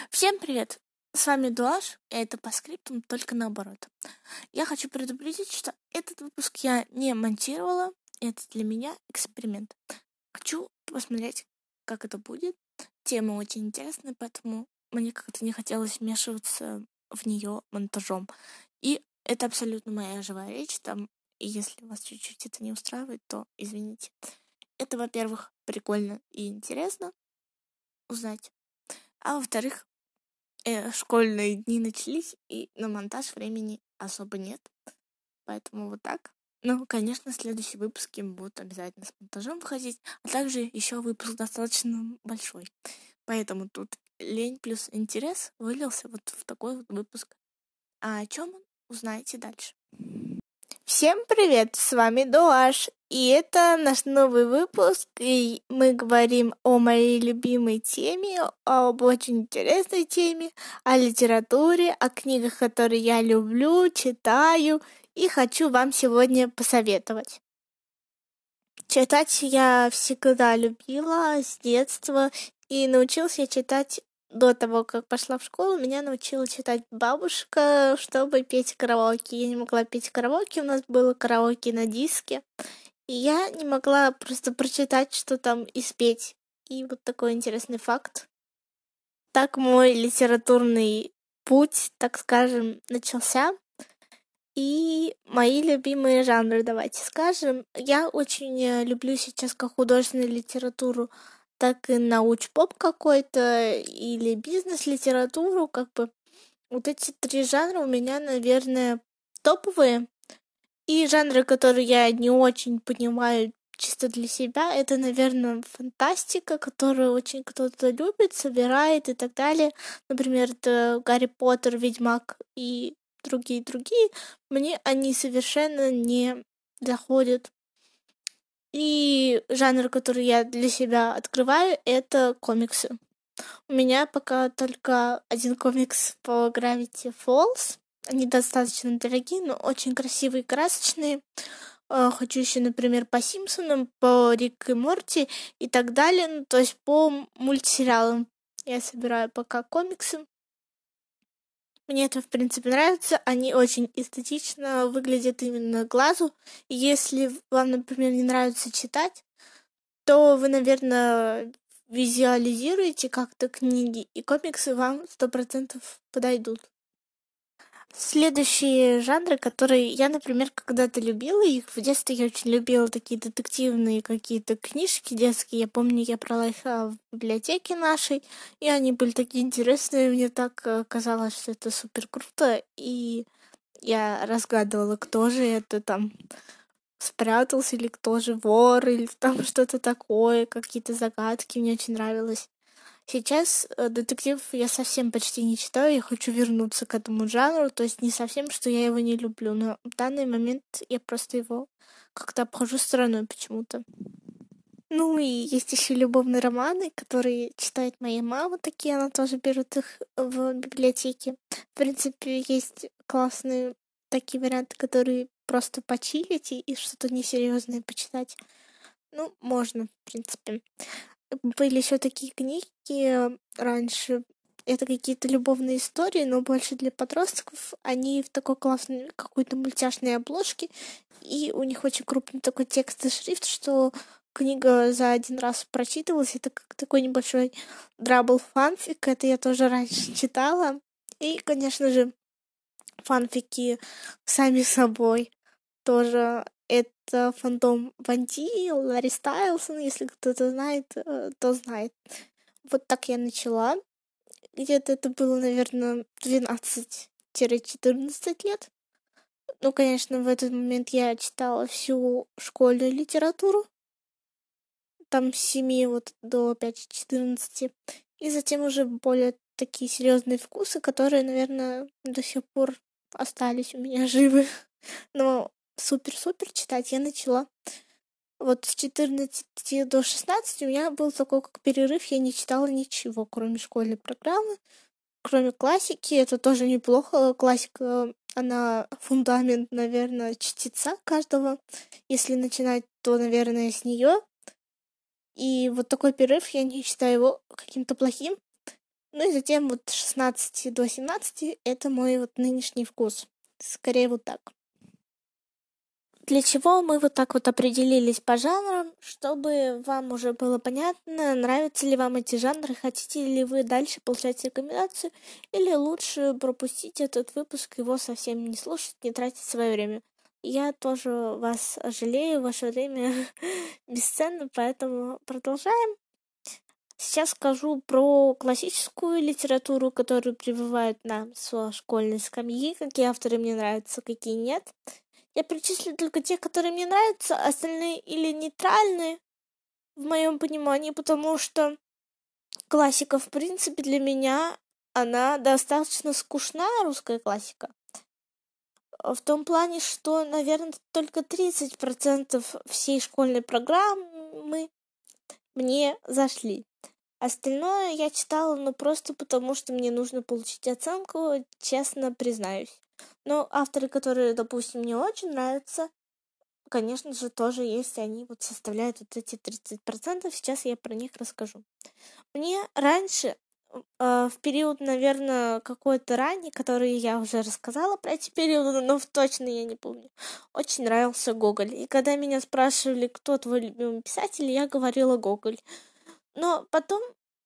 Всем привет! С вами Дуаш, и это по скриптам, только наоборот. Я хочу предупредить, что этот выпуск я не монтировала, и это для меня эксперимент. Хочу посмотреть, как это будет. Тема очень интересная, поэтому мне как-то не хотелось вмешиваться в нее монтажом. И это абсолютно моя живая речь, и если вас чуть-чуть это не устраивает, то извините. Это, во-первых, прикольно и интересно узнать. А во-вторых, школьные дни начались, и на монтаж времени особо нет. Поэтому вот так. Ну, конечно, следующие выпуски будут обязательно с монтажом выходить, а также еще выпуск достаточно большой. Поэтому тут лень плюс интерес вылился вот в такой вот выпуск. А о чем он, узнаете дальше. Всем привет, с вами Дуаш, и это наш новый выпуск, и мы говорим о моей любимой теме, об очень интересной теме, о литературе, о книгах, которые я люблю, читаю и хочу вам сегодня посоветовать. Читать я всегда любила с детства, и научился я читать до того, как пошла в школу. Меня научила читать бабушка, чтобы петь караоке. Я не могла петь караоке, у нас было караоке на диске. И я не могла просто прочитать, что там, и спеть. И вот такой интересный факт. Так мой литературный путь, так скажем, начался. И мои любимые жанры, давайте скажем. Я очень люблю сейчас как художественную литературу, так и науч-поп какой-то или бизнес-литературу, как бы. Вот эти три жанра у меня, наверное, топовые. И жанры, которые я не очень понимаю чисто для себя, это, наверное, фантастика, которую очень кто-то любит, собирает и так далее. Например, это Гарри Поттер, Ведьмак и другие. Мне они совершенно не заходят. И жанр, который я для себя открываю, это комиксы. У меня пока только один комикс по Gravity Falls. Они достаточно дорогие, но очень красивые и красочные. Хочу еще, например, по Симпсонам, по Рик и Морти и так далее. Ну, то есть по мультсериалам я собираю пока комиксы. Мне это, в принципе, нравится. Они очень эстетично выглядят именно глазу. И если вам, например, не нравится читать, то вы, наверное, визуализируете как-то книги, и комиксы вам 100% подойдут. Следующие жанры, которые я, например, когда-то любила их. В детстве я очень любила такие детективные какие-то книжки детские. Я помню, я брала их в библиотеке нашей, и они были такие интересные. Мне так казалось, что это супер круто. И я разгадывала, кто же это там спрятался, или кто же вор, или там что-то такое, какие-то загадки. Мне очень нравилось. Сейчас детектив я совсем почти не читаю, я хочу вернуться к этому жанру, то есть не совсем, что я его не люблю, но в данный момент я просто его как-то обхожу стороной почему-то. Ну и есть еще любовные романы, которые читает моя мама, такие она тоже берет их в библиотеке. В принципе, есть классные такие варианты, которые просто почилить и что-то несерьезное почитать. Ну, можно, в принципе. Были еще такие книги раньше. Это какие-то любовные истории, но больше для подростков. Они в такой классной какой-то мультяшной обложке, и у них очень крупный такой текст и шрифт, что книга за один раз прочитывалась. Это как такой небольшой драбл фанфик. Это я тоже раньше читала. И, конечно же, фанфики сами собой тоже. Это «Фантом Ванди», Ларри Стайлсон, если кто-то знает, то знает. Вот так я начала. Где-то это было, наверное, 12-14 лет. Ну, конечно, в этот момент я читала всю школьную литературу. Там с 7 вот до опять 14. И затем уже более такие серьезные вкусы, которые, наверное, до сих пор остались у меня живы. Но супер-супер читать я начала. Вот с 14 до 16 у меня был такой как перерыв, я не читала ничего, кроме школьной программы, кроме классики. Это тоже неплохо. Классика, она фундамент, наверное, чтеца каждого. Если начинать, то, наверное, с нее. И вот такой перерыв, я не считаю его каким-то плохим. Ну и затем вот с 16 до 17 это мой вот нынешний вкус. Скорее вот так. Для чего мы вот так вот определились по жанрам, чтобы вам уже было понятно, нравятся ли вам эти жанры, хотите ли вы дальше получать рекомендацию, или лучше пропустить этот выпуск, его совсем не слушать, не тратить свое время. Я тоже вас жалею, ваше время бесценно, поэтому продолжаем. Сейчас скажу про классическую литературу, которую прививают нам со школьной скамьи, какие авторы мне нравятся, какие нет. Я перечислю только те, которые мне нравятся, остальные или нейтральные, в моем понимании, потому что классика, в принципе, для меня, она достаточно скучная, русская классика. В том плане, что, наверное, только 30% всей школьной программы мне зашли. Остальное я читала, просто потому, что мне нужно получить оценку, честно признаюсь. Но авторы, которые, допустим, мне очень нравятся, конечно же, тоже есть, они вот составляют вот эти 30%, сейчас я про них расскажу. Мне раньше, в период, наверное, какой-то ранний, который я уже рассказала про эти периоды, но точно я не помню, очень нравился Гоголь. И когда меня спрашивали, кто твой любимый писатель, я говорила Гоголь. Но потом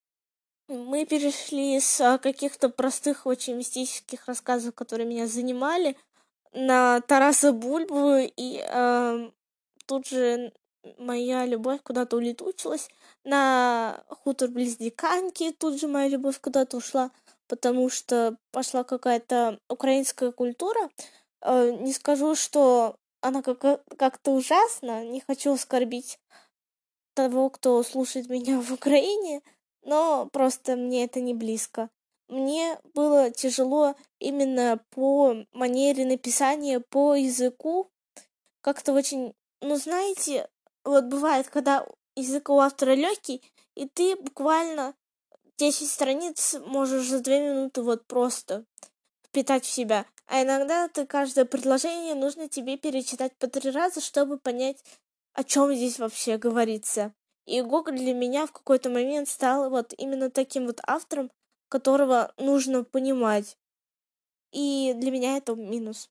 мы перешли с каких-то простых, очень мистических рассказов, которые меня занимали, на Тараса Бульбу, и тут же моя любовь куда-то улетучилась. На «Хутор близ Диканьки» тут же моя любовь куда-то ушла, потому что пошла какая-то украинская культура. Не скажу, что она как-то ужасна, не хочу оскорбить того, кто слушает меня в Украине, но просто мне это не близко. Мне было тяжело именно по манере написания, по языку. Как-то очень, знаете, вот бывает, когда язык у автора легкий, и ты буквально 10 страниц можешь за 2 минуты вот просто впитать в себя. А иногда ты каждое предложение нужно тебе перечитать по 3 раза, чтобы понять, о чем здесь вообще говорится. И Гоголь для меня в какой-то момент стал вот именно таким вот автором, которого нужно понимать. И для меня это минус.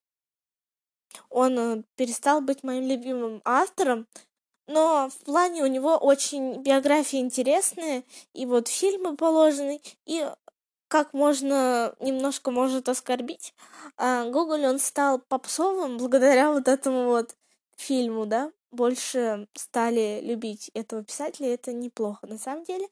Он перестал быть моим любимым автором, но в плане у него очень биография интересная, и вот фильмы положены, и как можно немножко может оскорбить, Гоголь, он стал попсовым благодаря вот этому вот фильму, да, больше стали любить этого писателя, это неплохо на самом деле.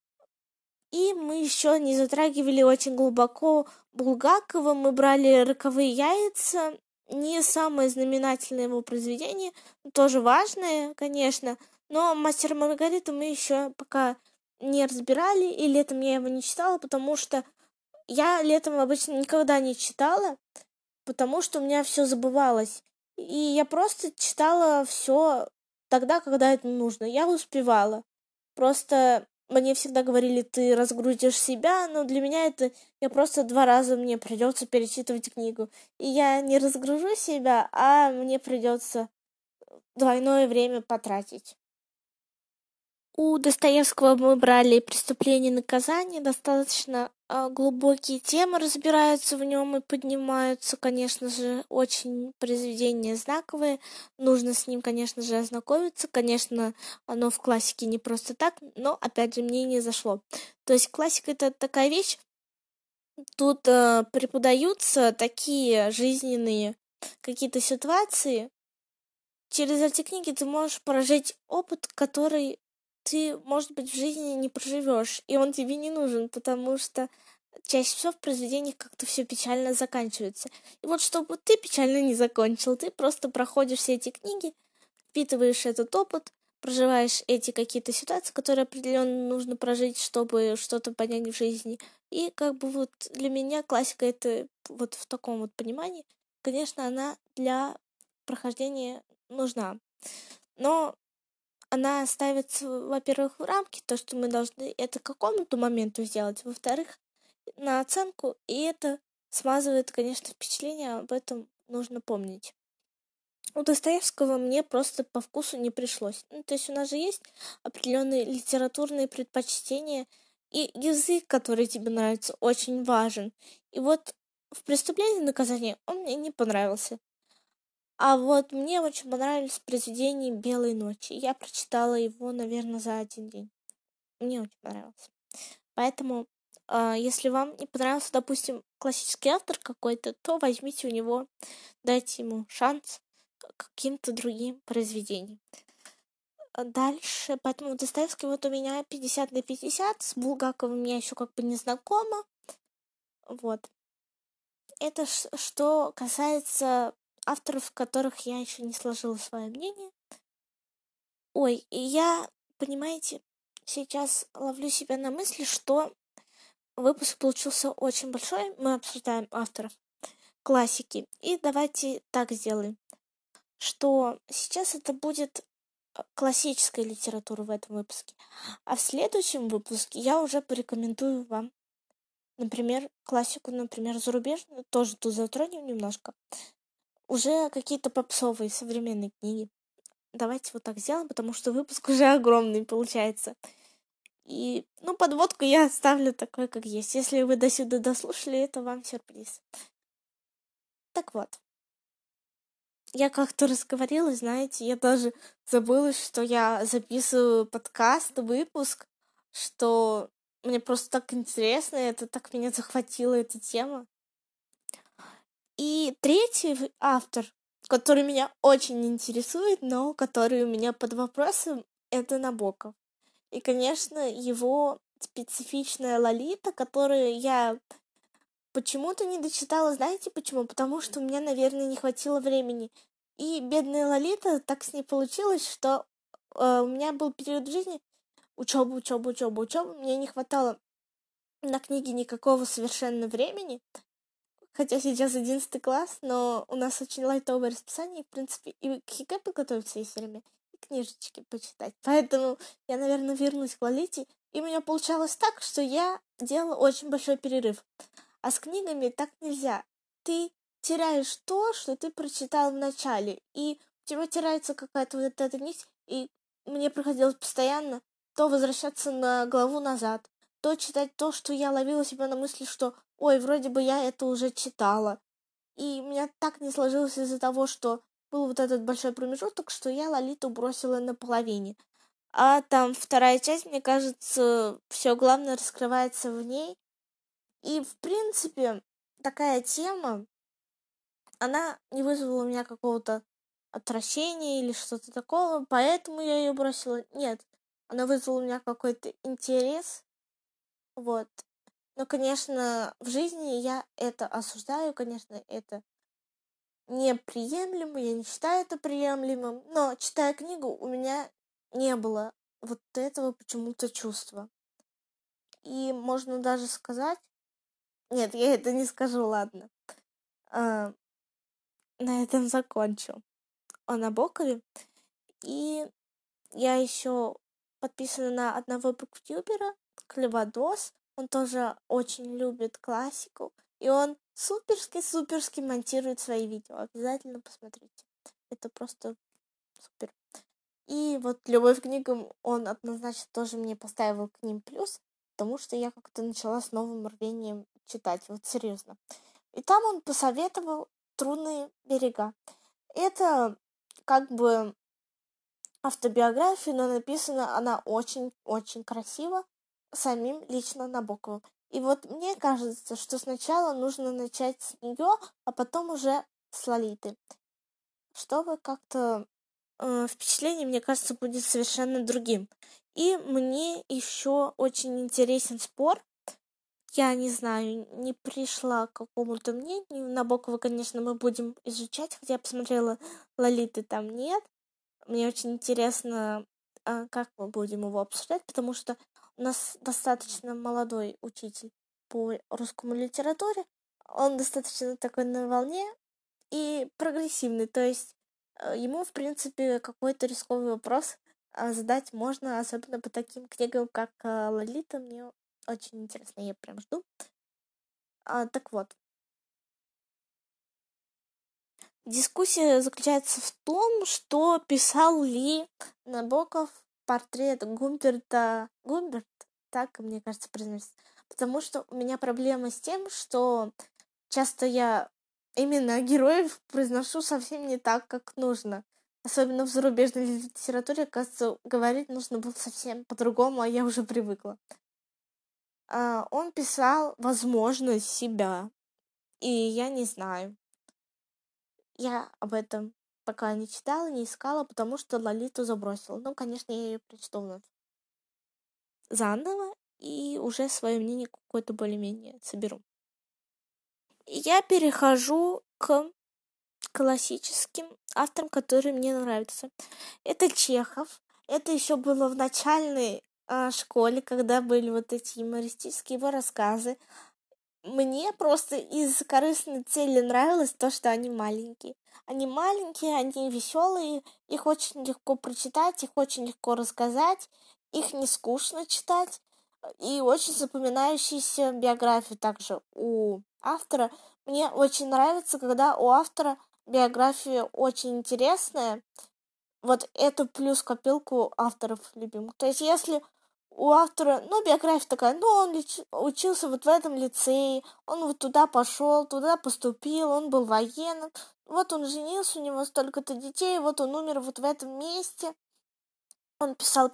И мы еще не затрагивали очень глубоко Булгакова, мы брали «Роковые яйца», не самое знаменательное его произведение, тоже важное, конечно, но «Мастер и Маргариту» мы еще пока не разбирали, и летом я его не читала, потому что я летом обычно никогда не читала, потому что у меня все забывалось. И я просто читала все тогда, когда это нужно. Я успевала. Просто мне всегда говорили, ты разгрузишь себя, но для меня это я просто 2 раза мне придется перечитывать книгу. И я не разгружу себя, а мне придется двойное время потратить. У Достоевского мы брали «Преступление и наказание», достаточно глубокие темы разбираются в нем и поднимаются, конечно же, очень произведение знаковое, нужно с ним, конечно же, ознакомиться, конечно, оно в классике не просто так, но, опять же, мне не зашло. То есть классика — это такая вещь, тут преподаются такие жизненные какие-то ситуации, через эти книги ты можешь прожить опыт, который ты, может быть, в жизни не проживешь, и он тебе не нужен, потому что чаще всего в произведениях как-то все печально заканчивается. И вот чтобы ты печально не закончил, ты просто проходишь все эти книги, впитываешь этот опыт, проживаешь эти какие-то ситуации, которые определенно нужно прожить, чтобы что-то понять в жизни. И как бы вот для меня классика это вот в таком вот понимании, конечно, она для прохождения нужна. Но она ставится, во-первых, в рамки, то, что мы должны это к какому-то моменту сделать, во-вторых, на оценку, и это смазывает, конечно, впечатление, об этом нужно помнить. У Достоевского мне просто по вкусу не пришлось. То есть у нас же есть определенные литературные предпочтения, И язык, который тебе нравится, очень важен. И вот в «Преступлении и наказании» он мне не понравился. А вот мне очень понравились произведения «Белой ночи». Я прочитала его, наверное, за один день. Мне очень понравилось. Поэтому, если вам не понравился, допустим, классический автор какой-то, то возьмите у него, дайте ему шанс каким-то другим произведениям. Дальше, поэтому Достоевский вот у меня 50/50, с Булгаковым я еще как бы не знакома. Вот. Это что касается авторов, которых я еще не сложила свое мнение. Ой, и я, понимаете, сейчас ловлю себя на мысли, что выпуск получился очень большой. Мы обсуждаем авторов классики. И давайте так сделаем, что сейчас это будет классическая литература в этом выпуске. А в следующем выпуске я уже порекомендую вам, например, классику, например, зарубежную, тоже тут затронем немножко. Уже какие-то попсовые современные книги. Давайте вот так сделаем, потому что выпуск уже огромный получается. И, подводку я оставлю такой, как есть. Если вы до сюда дослушали, это вам сюрприз. Так вот. Я как-то разговорилась, знаете, я даже забыла, что я записываю подкаст, выпуск, что мне просто так интересно, это так меня захватила эта тема. И третий автор, который меня очень интересует, но который у меня под вопросом, это Набоков. И, конечно, его специфичная Лолита, которую я почему-то не дочитала. Знаете почему? Потому что у меня, наверное, не хватило времени. И бедная Лолита, так с ней получилось, что у меня был период в жизни учеба. Мне не хватало на книги никакого совершенно времени. Хотя сейчас 11 класс, но у нас очень лайтовое расписание, и, в принципе, и к ЕГЭ подготовиться есть время, и книжечки почитать. Поэтому я, наверное, вернусь к Лолите. И у меня получалось так, что я делала очень большой перерыв. А с книгами так нельзя. Ты теряешь то, что ты прочитал в начале, и у тебя теряется какая-то вот эта нить, и мне приходилось постоянно то возвращаться на главу назад, то читать то, что я ловила себя на мысли, что «Ой, вроде бы я это уже читала». И у меня так не сложилось из-за того, что был вот этот большой промежуток, что я Лолиту бросила наполовине. А там вторая часть, мне кажется, все главное раскрывается в ней. И, в принципе, такая тема, она не вызвала у меня какого-то отвращения или что-то такого, поэтому я ее бросила. Нет, она вызвала у меня какой-то интерес, вот. Но, конечно, в жизни я это осуждаю, конечно, это неприемлемо, я не считаю это приемлемым, но, читая книгу, у меня не было вот этого почему-то чувства. И можно даже сказать... Нет, я это не скажу, ладно. А, на этом закончу о Набокове. И я еще подписана на одного буквтюбера, Клевадос. Он тоже очень любит классику. И он суперски монтирует свои видео. Обязательно посмотрите. Это просто супер. И вот «Любовь к книгам» он однозначно тоже мне поставил к ним плюс, потому что я как-то начала с новым рвением читать. Вот серьезно. И там он посоветовал «Трудные берега». Это как бы автобиография, но написана она очень-очень красиво самим лично Набоковым. И вот мне кажется, что сначала нужно начать с нее, а потом уже с Лолиты. Чтобы как-то впечатление, мне кажется, будет совершенно другим. И мне еще очень интересен спор. Я не знаю, не пришла к какому-то мнению. Набокова, конечно, мы будем изучать, хотя я посмотрела Лолиты, там нет. Мне очень интересно, как мы будем его обсуждать, потому что у нас достаточно молодой учитель по русскому литературе. Он достаточно такой на волне и прогрессивный. То есть ему, в принципе, какой-то рисковый вопрос задать можно, особенно по таким книгам, как «Лолита». Мне очень интересно, я прям жду. Так вот. Дискуссия заключается в том, что писал ли Набоков портрет Гумберта. Гумберт? так, мне кажется, произносится. Потому что у меня проблема с тем, что часто я именно героев произношу совсем не так, как нужно. Особенно в зарубежной литературе, кажется, говорить нужно было совсем по-другому, а я уже привыкла. Он писал, возможно, себя. И я не знаю. Я об этом пока не читала, не искала, потому что Лолиту забросила. Ну, конечно, я ее прочту вновь заново и уже свое мнение какое-то более-менее соберу. Я перехожу к классическим авторам, которые мне нравятся. Это Чехов. Это еще было в начальной школе, когда были вот эти юмористические его рассказы. Мне просто из корыстной цели нравилось то, что они маленькие. Они маленькие, они веселые, их очень легко прочитать, их очень легко рассказать, их не скучно читать. И очень запоминающиеся биографии также у автора. Мне очень нравится, когда у автора биография очень интересная. Вот это плюс копилку авторов любимых. То есть если у автора, биография такая, он учился вот в этом лицее, он вот туда пошел, туда поступил, он был военным, вот он женился, у него столько-то детей, вот он умер вот в этом месте. Он писал,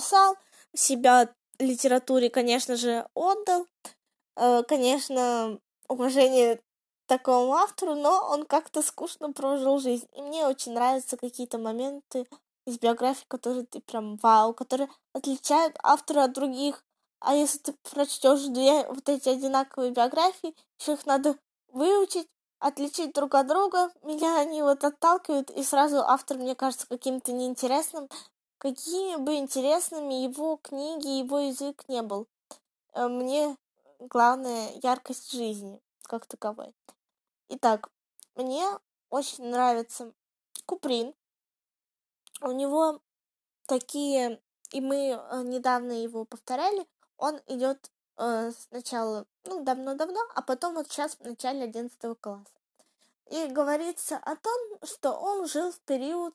себя литературе, конечно же, отдал. Конечно, уважение такому автору, но он как-то скучно прожил жизнь. И мне очень нравятся какие-то моменты из биографии, которые ты прям вау, которые отличают автора от других. А если ты прочтешь две вот эти одинаковые биографии, еще их надо выучить, отличить друг от друга. Меня они вот отталкивают, и сразу автор, мне кажется, каким-то неинтересным, какими бы интересными его книги, его язык не был. Мне главное яркость жизни как таковой. Итак, мне очень нравится Куприн. У него такие, и мы недавно его повторяли, он идет сначала, давно-давно, а потом вот сейчас в начале 11 класса. И говорится о том, что он жил в период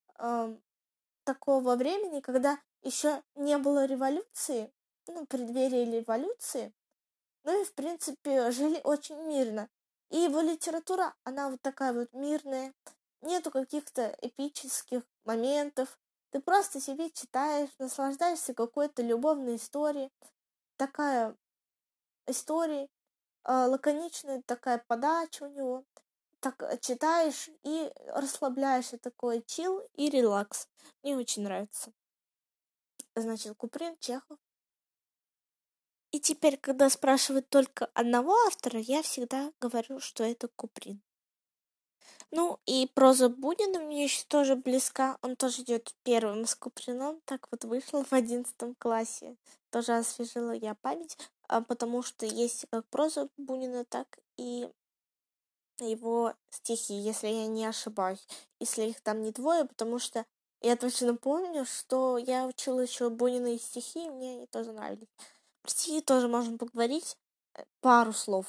такого времени, когда еще не было революции, преддверии революции, и, в принципе, жили очень мирно. И его литература, она вот такая вот мирная, нету каких-то эпических моментов. Ты просто себе читаешь, наслаждаешься какой-то любовной историей. Такая история, лаконичная такая подача у него. Так читаешь и расслабляешься, такой чил и релакс. Мне очень нравится. Значит, Куприн, Чехов. И теперь, когда спрашивают только одного автора, я всегда говорю, что это Куприн. И проза Бунина мне еще тоже близка. Он тоже идет первым с Куприном. Так вот вышло в 11 классе. Тоже освежила я память, потому что есть как проза Бунина, так и его стихи, если я не ошибаюсь. Если их там не двое, потому что я точно помню, что я учила еще Бунина и стихи, и мне они тоже нравились. Про стихи тоже можем поговорить. Пару слов.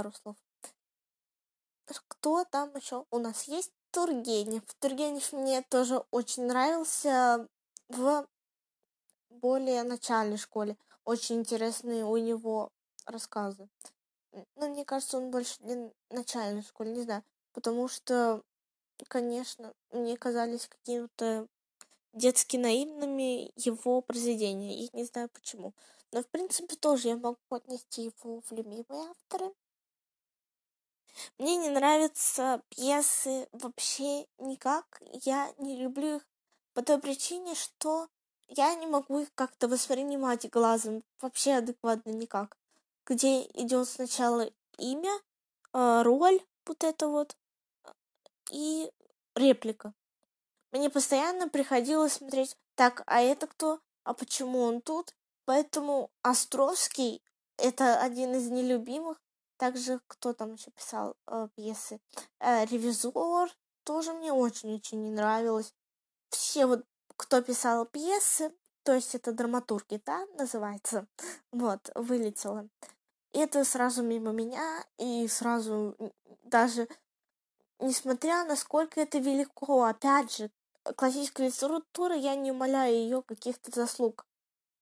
Кто там еще у нас есть? Тургенев. Тургенев мне тоже очень нравился в более начальной школе. Очень интересные у него рассказы. Мне кажется, он больше для начальной школы, не знаю. Потому что, конечно, мне казались какими-то детски наивными его произведения. И не знаю почему. Но, в принципе, тоже я могу отнести его в любимые авторы. Мне не нравятся пьесы вообще никак. Я не люблю их по той причине, что я не могу их как-то воспринимать глазом. Вообще адекватно никак. Где идет сначала имя, роль, вот это вот, и реплика. Мне постоянно приходилось смотреть, так, а это кто? А почему он тут? Поэтому Островский — это один из нелюбимых. Также кто там еще писал пьесы? Ревизор тоже мне очень-очень не нравилось. Все вот, кто писал пьесы, то есть это драматурги, да, называется, вот, вылетело. И это сразу мимо меня, и сразу даже, несмотря насколько это велико, опять же, классическая литература, я не умаляю ее каких-то заслуг.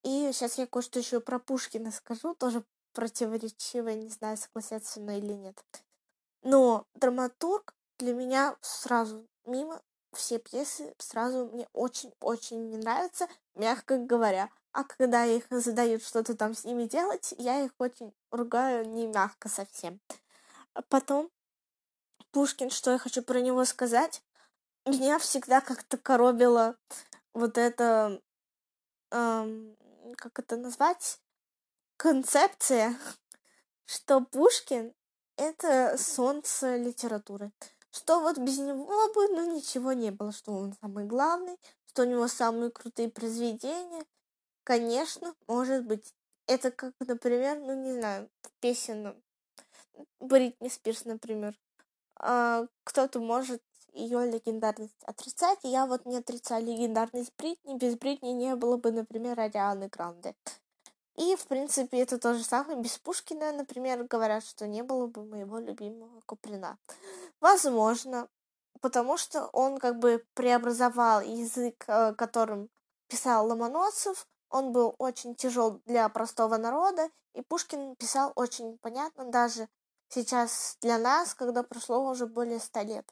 И сейчас я кое-что еще про Пушкина скажу, тоже противоречивое, не знаю, согласятся со мной или нет. Но драматург для меня сразу мимо, все пьесы сразу мне очень-очень не нравятся, мягко говоря. А когда их задают что-то там с ними делать, я их очень ругаю не мягко совсем. А потом Пушкин, что я хочу про него сказать, меня всегда как-то коробило вот это, ам, как это назвать, концепция, что Пушкин — это солнце литературы. Что вот без него бы, ну, ничего не было, что он самый главный, что у него самые крутые произведения. Конечно, может быть. Это как, например, ну, не знаю, песен Бритни Спирс, например. Кто-то может ее легендарность отрицать. Я вот не отрицаю легендарность Бритни. Без Бритни не было бы, например, Арианы Гранде. И, в принципе, это то же самое. Без Пушкина, например, говорят, что не было бы моего любимого Куприна. Возможно, потому что он как бы преобразовал язык, которым писал Ломоносов. Он был очень тяжел для простого народа, и Пушкин писал очень понятно даже сейчас для нас, когда прошло уже более 100 лет.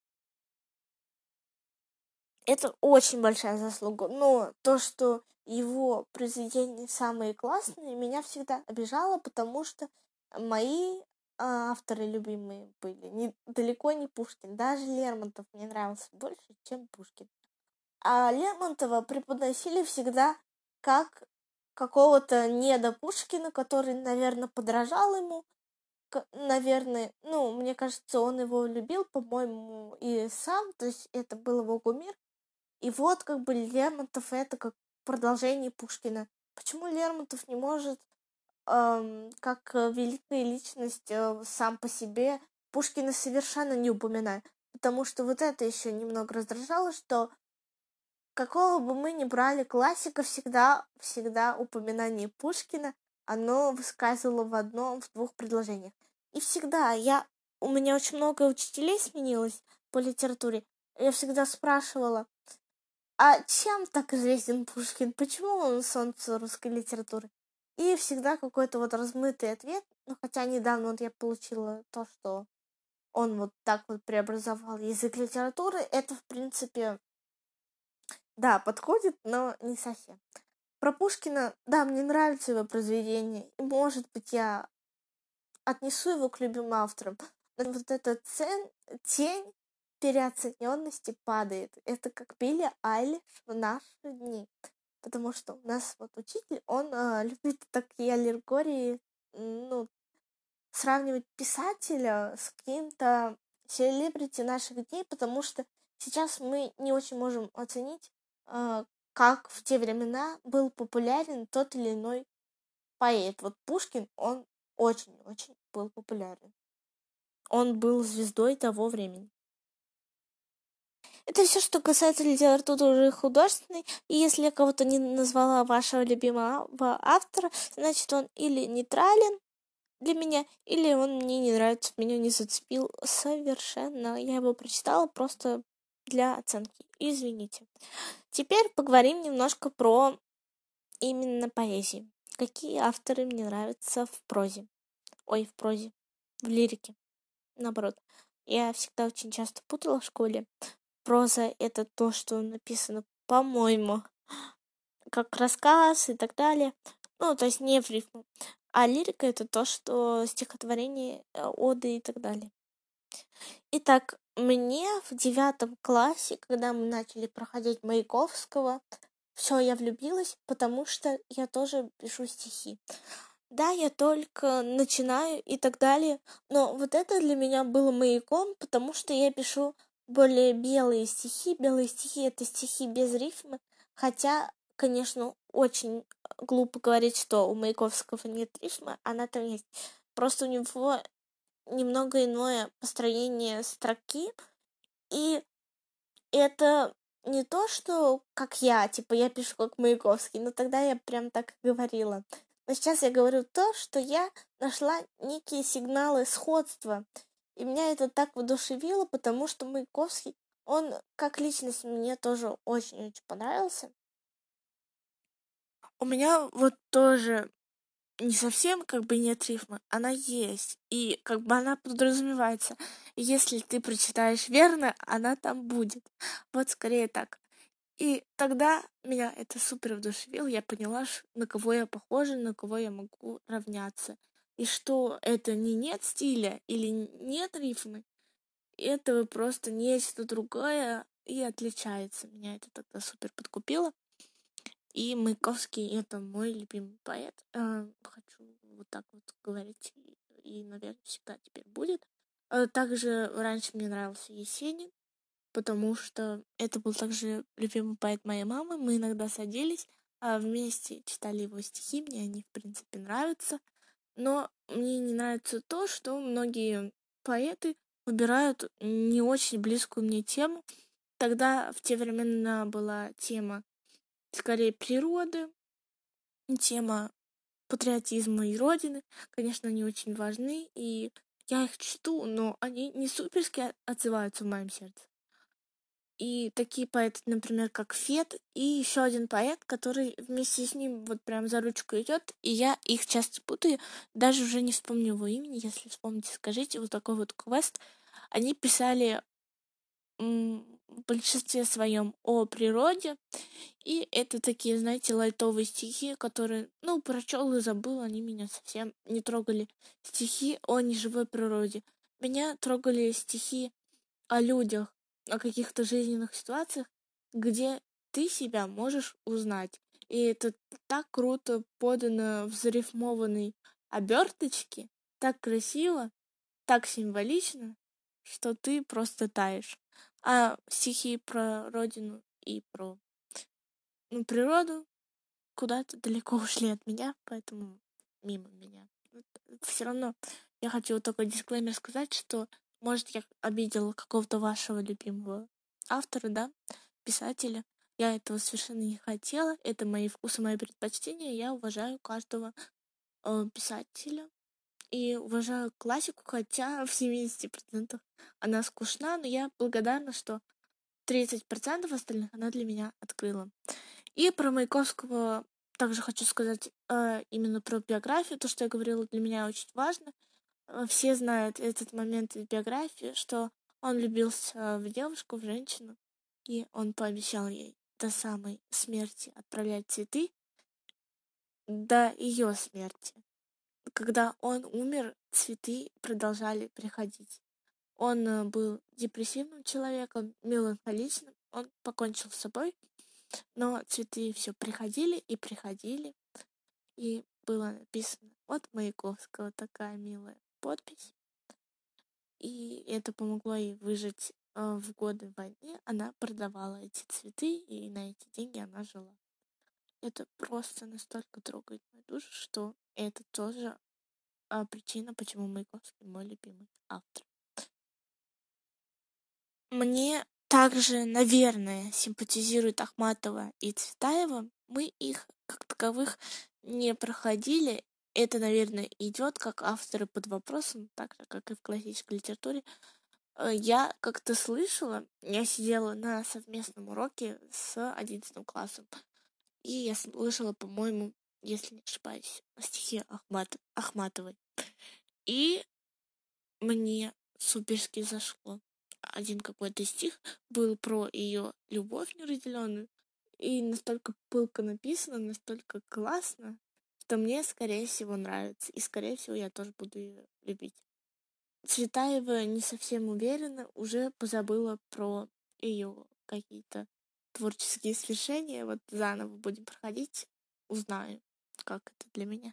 Это очень большая заслуга. Но то, что его произведения самые классные, меня всегда обижало, потому что мои авторы любимые были далеко не Пушкин. Даже Лермонтов мне нравился больше, чем Пушкин. А Лермонтова преподносили всегда как какого-то недо Пушкина, который, наверное, подражал ему. Наверное, ну, мне кажется, он его любил, по-моему, и сам. То есть это был его кумир. И вот как бы Лермонтов — это как продолжение Пушкина. Почему Лермонтов не может, как великая личность сам по себе, Пушкина совершенно не упоминать? Потому что вот это еще немного раздражало, что какого бы мы ни брали классика, всегда упоминание Пушкина, оно высказывало в двух предложениях. И всегда у меня очень много учителей сменилось по литературе. Я всегда спрашивала, а чем так известен Пушкин? Почему он солнце русской литературы? И всегда какой-то вот размытый ответ. Ну, хотя недавно вот я получила то, что он вот так вот преобразовал язык литературы. Это, в принципе, да, подходит, но не совсем. Про Пушкина, да, мне нравится его произведение. И, может быть, я отнесу его к любимым авторам. Но вот эта тень переоцененности падает. Это как Билли Айлиш в наши дни. Потому что у нас вот учитель, он любит такие аллегории, ну, сравнивать писателя с каким-то селебрити наших дней, потому что сейчас мы не очень можем оценить, как в те времена был популярен тот или иной поэт. Вот Пушкин, он очень-очень был популярен. Он был звездой того времени. Это все, что касается литературы художественной. И если я кого-то не назвала вашего любимого автора, значит, он или нейтрален для меня, или он мне не нравится, меня не зацепил совершенно. Я его прочитала просто для оценки. Извините. Теперь поговорим немножко про именно поэзию. Какие авторы мне нравятся в прозе? Ой, в прозе. В лирике. Наоборот. Я всегда очень часто путала в школе. Проза — это то, что написано, по-моему, как рассказ и так далее. Ну, то есть не в рифму. А лирика — это то, что стихотворение, оды и так далее. Итак, мне в 9 классе, когда мы начали проходить Маяковского, все, я влюбилась, потому что я тоже пишу стихи. Да, я только начинаю и так далее, но вот это для меня было маяком, потому что я пишу более белые стихи. Белые стихи — это стихи без рифмы, хотя, конечно, очень глупо говорить, что у Маяковского нет рифмы, она там есть. Просто у него немного иное построение строки, и это не то, что как я, типа я пишу как Маяковский, но тогда я прям так и говорила. Но сейчас я говорю то, что я нашла некие сигналы сходства. И меня это так воодушевило, потому что Маяковский, он как личность мне тоже очень-очень понравился. У меня вот тоже не совсем как бы нет рифмы, она есть, и как бы она подразумевается. И если ты прочитаешь верно, она там будет. Вот скорее так. И тогда меня это супер вдохновило, я поняла, на кого я похожа, на кого я могу равняться. И что это не нет стиля или нет рифмы, это просто нечто другое и отличается. Меня это тогда супер подкупило. И Маяковский — это мой любимый поэт. Хочу вот так вот говорить, наверное, всегда теперь будет. Также раньше мне нравился Есенин, потому что это был также любимый поэт моей мамы. Мы иногда садились, вместе читали его стихи, мне они, в принципе, нравятся. Но мне не нравится то, что многие поэты выбирают не очень близкую мне тему. Тогда в те времена была тема скорее природы, тема патриотизма и родины. Конечно, они очень важны, и я их чту, но они не суперски отзываются в моем сердце. И такие поэты, например, как Фет, и еще один поэт, который вместе с ним вот прям за ручку идет, и я их часто путаю, даже уже не вспомню его имени, если вспомните, скажите, вот такой вот квест. Они писали в большинстве своем о природе, и это такие, знаете, лайтовые стихи, которые, ну, прочел и забыл, они меня совсем не трогали. Стихи о неживой природе. Меня трогали стихи о людях, о каких-то жизненных ситуациях, где ты себя можешь узнать. И это так круто подано в зарифмованной оберточке, так красиво, так символично, что ты просто таешь. А стихи про родину и про природу куда-то далеко ушли от меня, поэтому мимо меня. Все равно я хочу вот такой дисклеймер сказать, что, может, я обидела какого-то вашего любимого автора, да, писателя. Я этого совершенно не хотела. Это мои вкусы, мои предпочтения. Я уважаю каждого писателя и уважаю классику, хотя в 70% она скучна, но я благодарна, что 30% остальных она для меня открыла. И про Маяковского также хочу сказать именно про биографию. То, что я говорила, для меня очень важно. Все знают этот момент из биографии, что он влюбился в девушку, в женщину, и он пообещал ей до самой смерти отправлять цветы, до ее смерти. Когда он умер, цветы продолжали приходить. Он был депрессивным человеком, меланхоличным, он покончил с собой, но цветы все приходили и приходили, и было написано от Маяковского такая милая подпись, и это помогло ей выжить в годы войны. Она продавала эти цветы, и на эти деньги она жила. Это просто настолько трогает мою душу, что это тоже причина, почему Маяковский мой любимый автор. Мне также, наверное, симпатизируют Ахматова и Цветаева. Мы их, как таковых, не проходили. Это, наверное, идет как авторы под вопросом, так же, как и в классической литературе. Я как-то слышала, я сидела на совместном уроке с 11 классом, и я слышала, по-моему, если не ошибаюсь, стихи Ахматовой. И мне суперски зашло. Один какой-то стих был про ее любовь неразделенную, и настолько пылко написано, настолько классно, что мне, скорее всего, нравится. И, скорее всего, я тоже буду ее любить. Цветаева не совсем уверена, уже позабыла про ее какие-то творческие свершения. Вот заново будем проходить, узнаю, как это для меня.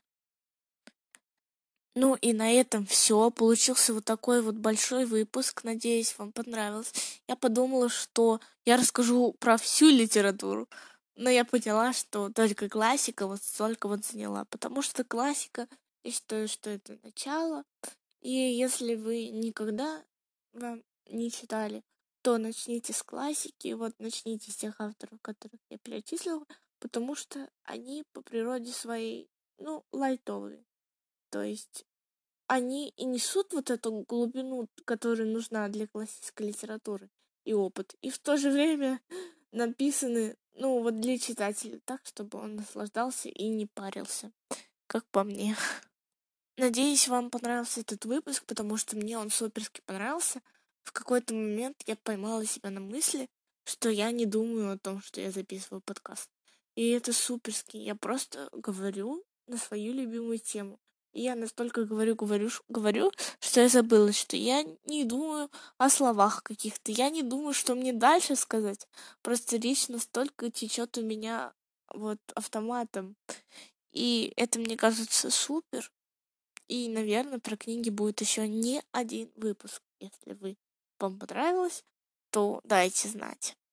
Ну и на этом все. Получился вот такой вот большой выпуск. Надеюсь, вам понравилось. Я подумала, что я расскажу про всю литературу, но я поняла, что только классика вот столько вот заняла, потому что классика, я считаю, что это начало, и если вы никогда вам не читали, то начните с классики, вот начните с тех авторов, которых я перечислила, потому что они по природе своей, лайтовые. То есть они и несут вот эту глубину, которая нужна для классической литературы, и опыт. И в то же время написаны, ну, вот для читателя, так, чтобы он наслаждался и не парился, как по мне. Надеюсь, вам понравился этот выпуск, потому что мне он суперски понравился. В какой-то момент я поймала себя на мысли, что я не думаю о том, что я записываю подкаст. И это суперски. Я просто говорю на свою любимую тему. И я настолько говорю, что я забыла, что я не думаю о словах каких-то. Я не думаю, что мне дальше сказать. Просто речь настолько течет у меня вот автоматом. И это, мне кажется, супер. И, наверное, про книги будет еще не один выпуск. Если вам понравилось, то дайте знать.